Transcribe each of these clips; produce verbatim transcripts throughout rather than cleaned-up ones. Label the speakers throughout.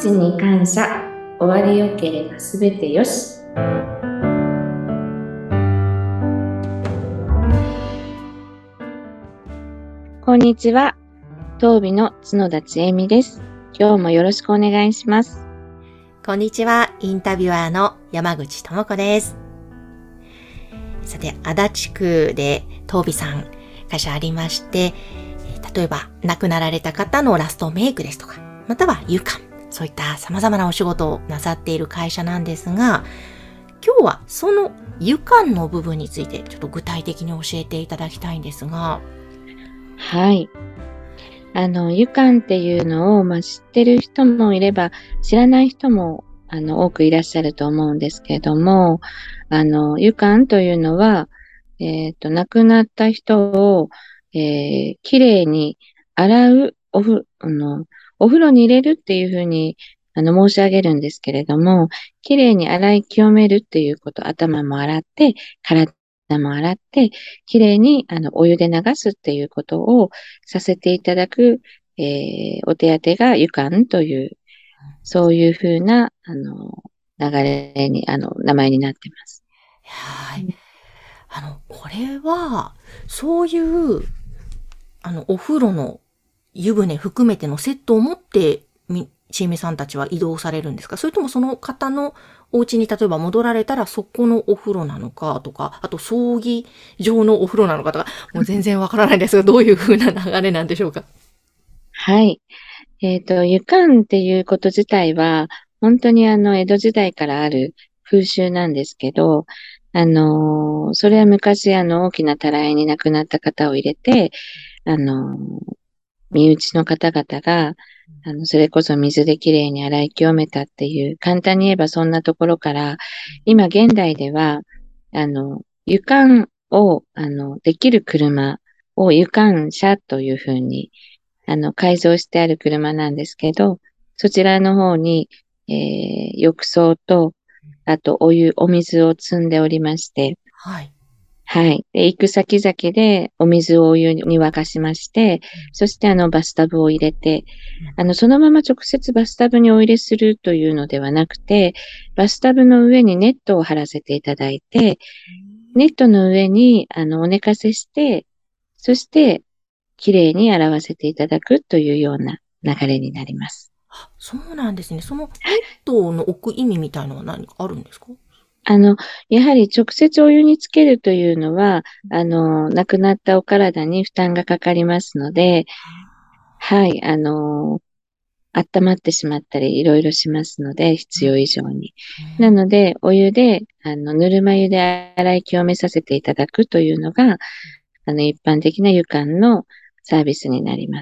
Speaker 1: ちに感謝、終わりよければすべてよし。こんにちは、当美の角田千恵美です。今日もよろしくお願いします。
Speaker 2: こんにちは、インタビュアーの山口智子です。さて、足立区で当美さん会社ありまして、例えば亡くなられた方のラストメイクですとか、または湯館、そういった様々なお仕事をなさっている会社なんですが、今日はその湯館の部分についてちょっと具体的に教えていただきたいんですが。
Speaker 1: はい。あの、湯館っていうのを、まあ、知ってる人もいれば、知らない人も、あの、多くいらっしゃると思うんですけれども、あの、湯館というのは、えっと、亡くなった人を、えー、きれいに洗う、おふ、あの、お風呂に入れるっていうふうに、あの、申し上げるんですけれども、きれいに洗い清めるっていうこと、頭も洗って、体も洗って、きれいに、あの、お湯で流すっていうことをさせていただく、えー、お手当が湯館という、そういうふうな、あの、流れに、あの、名前になってます。
Speaker 2: はい。あの、これは、そういう、あの、お風呂の湯船含めてのセットを持って、み、ちえみさんたちは移動されるんですか？それともその方のお家に例えば戻られたらそこのお風呂なのかとか、あと葬儀場のお風呂なのかとか、もう全然わからないんですが、どういう風な流れなんでしょうか？
Speaker 1: はい。えっと、湯館っていうこと自体は、本当にあの、江戸時代からある風習なんですけど、あの、それは昔あの、大きなたらいに亡くなった方を入れて、あの、身内の方々が、あの、それこそ水できれいに洗い清めたっていう、簡単に言えばそんなところから、今現代では、あの、湯館を、あの、できる車を湯館車というふうに、あの、改造してある車なんですけど、そちらの方に、えー、浴槽と、あとお湯、お水を積んでおりまして、
Speaker 2: はい。
Speaker 1: はい。で、行く先々でお水をお湯に沸かしまして、そしてあのバスタブを入れて、あの、そのまま直接バスタブにお入れするというのではなくて、バスタブの上にネットを張らせていただいて、ネットの上にあのお寝かせして、そしてきれいに洗わせていただくというような流れになります。
Speaker 2: あ、そうなんですね。そのネットの置く意味みたいのは何かあるんですか？
Speaker 1: あの、やはり直接お湯につけるというのは、あの、亡くなったお体に負担がかかりますので、はい、あの、温まってしまったり、いろいろしますので、必要以上に。なので、お湯で、あの、ぬるま湯で洗い清めさせていただくというのが、あの、一般的な湯館のサービスになります。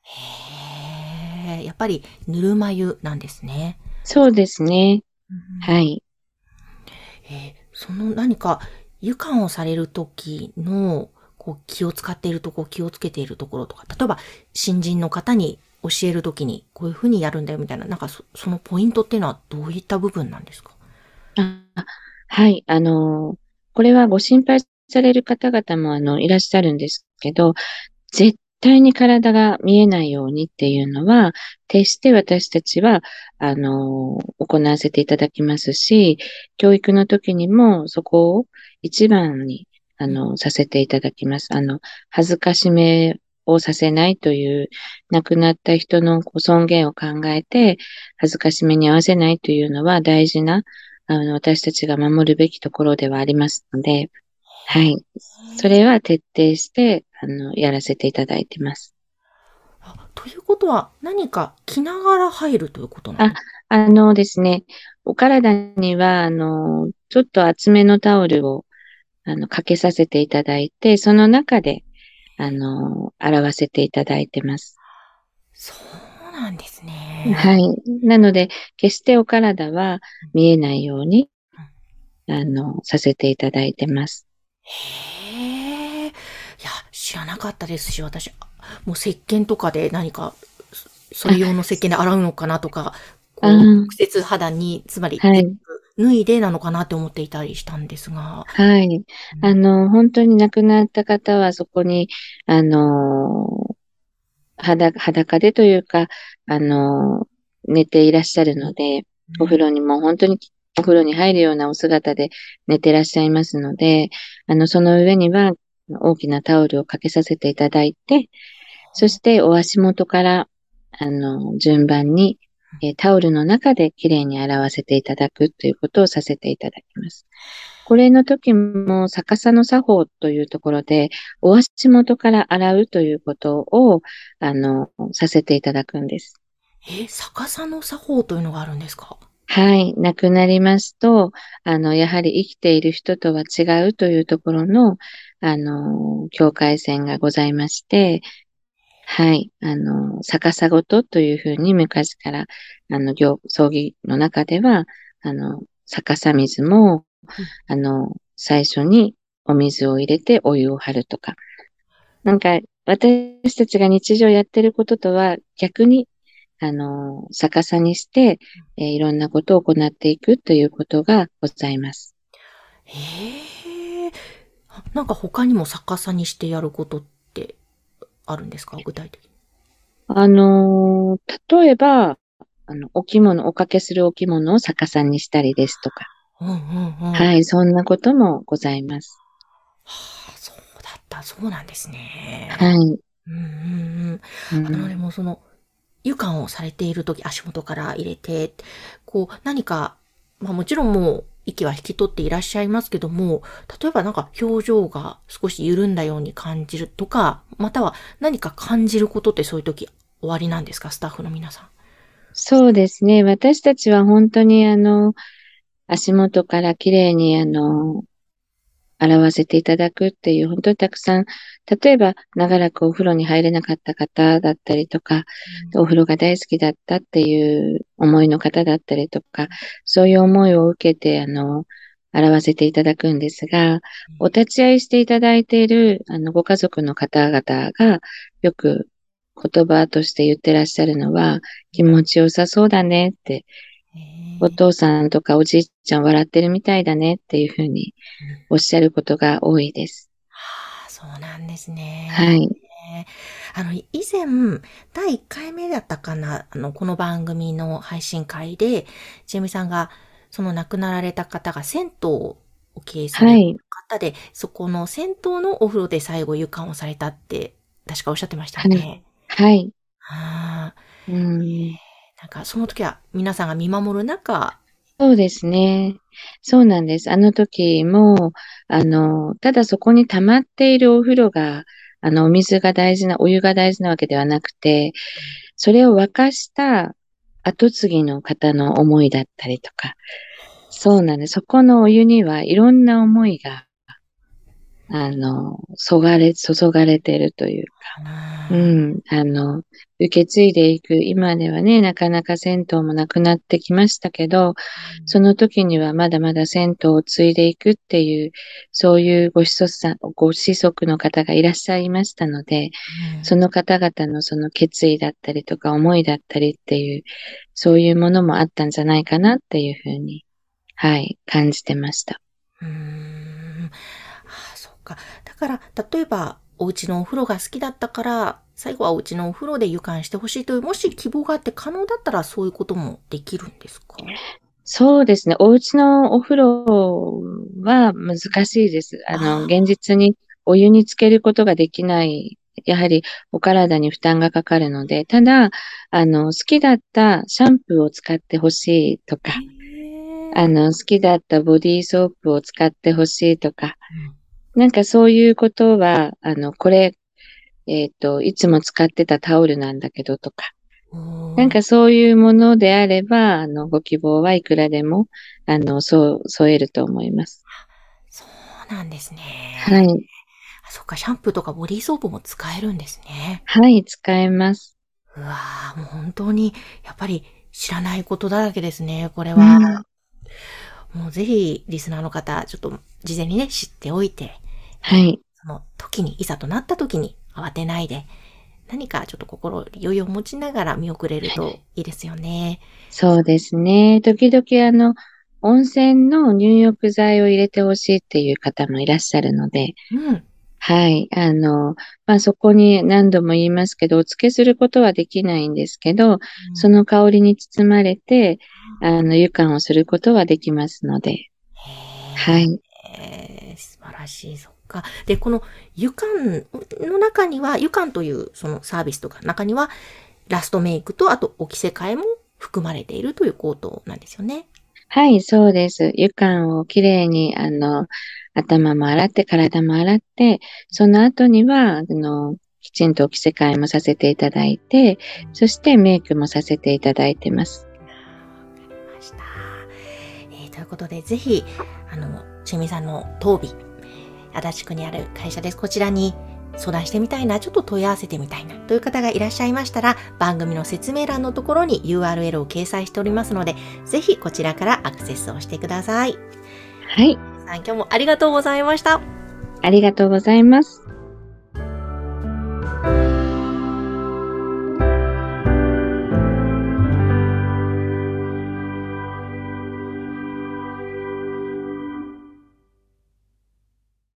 Speaker 2: へえ、やっぱりぬるま湯なんですね。
Speaker 1: そうですね。はい。
Speaker 2: えーその何か湯館をされる時のこう気を使っているところ、気をつけているところとか、例えば新人の方に教える時にこういうふうにやるんだよみたいな、なんかそ、そのポイントっていうのはどういった部分なんですか？
Speaker 1: あ、はい。あの、これはご心配される方々も、あの、いらっしゃるんですけど、絶対に体が見えないようにっていうのは、決して私たちは、あの、行わせていただきますし、教育の時にもそこを一番に、あの、させていただきます。あの、恥ずかしめをさせないという、亡くなった人のご尊厳を考えて、恥ずかしめに合わせないというのは大事な、あの、私たちが守るべきところではありますので、はい。それは徹底して、あの、やらせていただいてます。
Speaker 2: あ、ということは何か着ながら入るということなん
Speaker 1: あ、
Speaker 2: ですか？
Speaker 1: あのですね、お体には、あの、ちょっと厚めのタオルを、あの、かけさせていただいて、その中で、あの、洗わせていただいてます。
Speaker 2: そうなんですね。
Speaker 1: はい。なので、決してお体は見えないように、あの、させていただいてます。
Speaker 2: へえ。いや、知らなかったですし、私、もう石鹸とかで何か、それ
Speaker 1: あ、
Speaker 2: 用の石鹸で洗うのかなとか、
Speaker 1: あ、
Speaker 2: こう、直接肌に、つまり全
Speaker 1: はい。
Speaker 2: 部脱いでなのかなって思っていたりしたんですが。
Speaker 1: はい。
Speaker 2: うん、
Speaker 1: あの、本当に亡くなった方はそこに、あの、裸、裸でというか、あの、 寝ていらっしゃるので、お風呂にも本当にお風呂に入るようなお姿で寝てらっしゃいますので、あの、その上には大きなタオルをかけさせていただいて、そしてお足元から、あの、順番に、えータオルの中できれいに洗わせていただくということをさせていただきます。これの時も逆さの作法というところで、お足元から洗うということを、あの、させていただくんです。
Speaker 2: え、逆さの作法というのがあるんですか？
Speaker 1: はい。亡くなりますと、あの、やはり生きている人とは違うというところの、あの、境界線がございまして、はい。あの、逆さごとというふうに昔から、あの、行、葬儀の中では、あの、逆さ水も、
Speaker 2: うん。
Speaker 1: あの、最初にお水を入れてお湯を張るとか。なんか、私たちが日常やってることとは逆に、あの、逆さにして、えーいろんなことを行っていくということがございます。
Speaker 2: へえ。あ、なんか他にも逆さにしてやることってあるんですか？具体的に。
Speaker 1: あの、例えば、あの、お着物、おかけするお着物を逆さにしたりですとか。
Speaker 2: うんうんうん。
Speaker 1: はい、そんなこともございます。
Speaker 2: はあ、そうだった。そうなんですね。
Speaker 1: はい。
Speaker 2: うんうんうん。あの、
Speaker 1: うん、
Speaker 2: でもその、湯管をされているとき、足元から入れて、こう、何か、まあもちろんもう、息は引き取っていらっしゃいますけども、例えばなんか表情が少し緩んだように感じるとか、または何か感じることってそういうとき終わりなんですか？スタッフの皆さん。
Speaker 1: そうですね。私たちは本当にあの、足元からきれいにあの、洗わせていただくっていう、本当にたくさん、例えば長らくお風呂に入れなかった方だったりとか、お風呂が大好きだったっていう思いの方だったりとか、そういう思いを受けて、あの、洗わせていただくんですが、お立ち会いしていただいている、あの、ご家族の方々が、よく言葉として言ってらっしゃるのは、気持ちよさそうだねって、
Speaker 2: へ
Speaker 1: お
Speaker 2: え。
Speaker 1: 父さんとかおじいちゃん笑ってるみたいだねっていうふうに
Speaker 2: うん。
Speaker 1: おっしゃることが多いです。
Speaker 2: はあ、そうなんですね。
Speaker 1: はい。
Speaker 2: あの、以前、だいいっかいめだったかな、あの、この番組の配信会で、ちえみさんが、その亡くなられた方が銭湯を経営される
Speaker 1: はい。
Speaker 2: 方で、そこの銭湯のお風呂で最後湯管をされたって、確かおっしゃってました
Speaker 1: はい。
Speaker 2: よね。
Speaker 1: はい。
Speaker 2: ああ、
Speaker 1: うん。
Speaker 2: なんかその時は皆さんが見守る中、
Speaker 1: そうですね。そうなんです。あの時も、あの、ただそこに溜まっているお風呂が、あの、お水が大事な、お湯が大事なわけではなくて、それを沸かした後継ぎの方の思いだったりとか、そうなんです。そこのお湯にはいろんな思いが、あの、そがれ、注がれているというう
Speaker 2: あ
Speaker 1: ん、あの、受け継いでいく、今ではね、なかなか銭湯もなくなってきましたけど、その時にはまだまだ銭湯を継いでいくっていう、そういうご子息さん、ご子息の方がいらっしゃいましたので、その方々のその決意だったりとか思いだったりっていう、そういうものもあったんじゃないかなっていうふうに、はい、感じてました。
Speaker 2: ー、うーん。ああ、そっか。だから、例えば、お家のお風呂が好きだったから、最後はお家のお風呂で湯管してほしいという、もし希望があって可能だったらそういうこともできるんですか？
Speaker 1: そうですね。お家のお風呂は難しいです。あの、
Speaker 2: あ
Speaker 1: 現実にお湯につけることができない。やはりお体に負担がかかるので、ただ、あの、好きだったシャンプーを使ってほしいと
Speaker 2: あ、へ
Speaker 1: か、あ
Speaker 2: え。
Speaker 1: の、好きだったボディーソープを使ってほしいとか、
Speaker 2: うん。
Speaker 1: なんかそういうことは、あの、これ、えっと、いつも使ってたタオルなんだけどとか、
Speaker 2: おー、
Speaker 1: なんかそういうものであれば、あの、ご希望はいくらでも、あの、そう、添えると思います。
Speaker 2: そうなんですね。
Speaker 1: はい。
Speaker 2: あ、そっか、シャンプーとかボディーソープも使えるんですね。
Speaker 1: はい、使えます。
Speaker 2: うわー、もう本当に、やっぱり知らないことだらけですね、これは。
Speaker 1: うん。
Speaker 2: もうぜひ、リスナーの方、ちょっと事前にね、知っておいて、えー
Speaker 1: はい。
Speaker 2: その時に、いざとなった時に慌てないで、何かちょっと心余裕を持ちながら見送れるといいですよね。
Speaker 1: そうですね。時々、あの、温泉の入浴剤を入れてほしいっていう方もいらっしゃるので、
Speaker 2: うん。
Speaker 1: はい。あの、まあ、そこに何度も言いますけど、お付けすることはできないんですけど、そ
Speaker 2: うん、
Speaker 1: の香りに包まれて、あの、湯観をすることはできますので。は
Speaker 2: へ
Speaker 1: い。
Speaker 2: え、素晴らしい、そっか。で、この湯管の中には、湯管というそのサービスとか中には、ラストメイクと、あとお着せ替えも含まれているということなんですよね。
Speaker 1: はい、そうです。湯管をきれいに、あの、頭も洗って、体も洗って、その後には、あの、きちんとお着せ替えもさせていただいて、そしてメイクもさせていただいてます。
Speaker 2: わかりました。えーということで、ぜひ、あの、ちみさんの当美、足立区にある会社です。こちらに相談してみたいな、ちょっと問い合わせてみたいなという方がいらっしゃいましたら、番組の説明欄のところに ユーアールエル を掲載しておりますので、ぜひこちらからアクセスをしてください。
Speaker 1: はい、
Speaker 2: さん、今日もありがとうございました。
Speaker 1: ありがとうございます。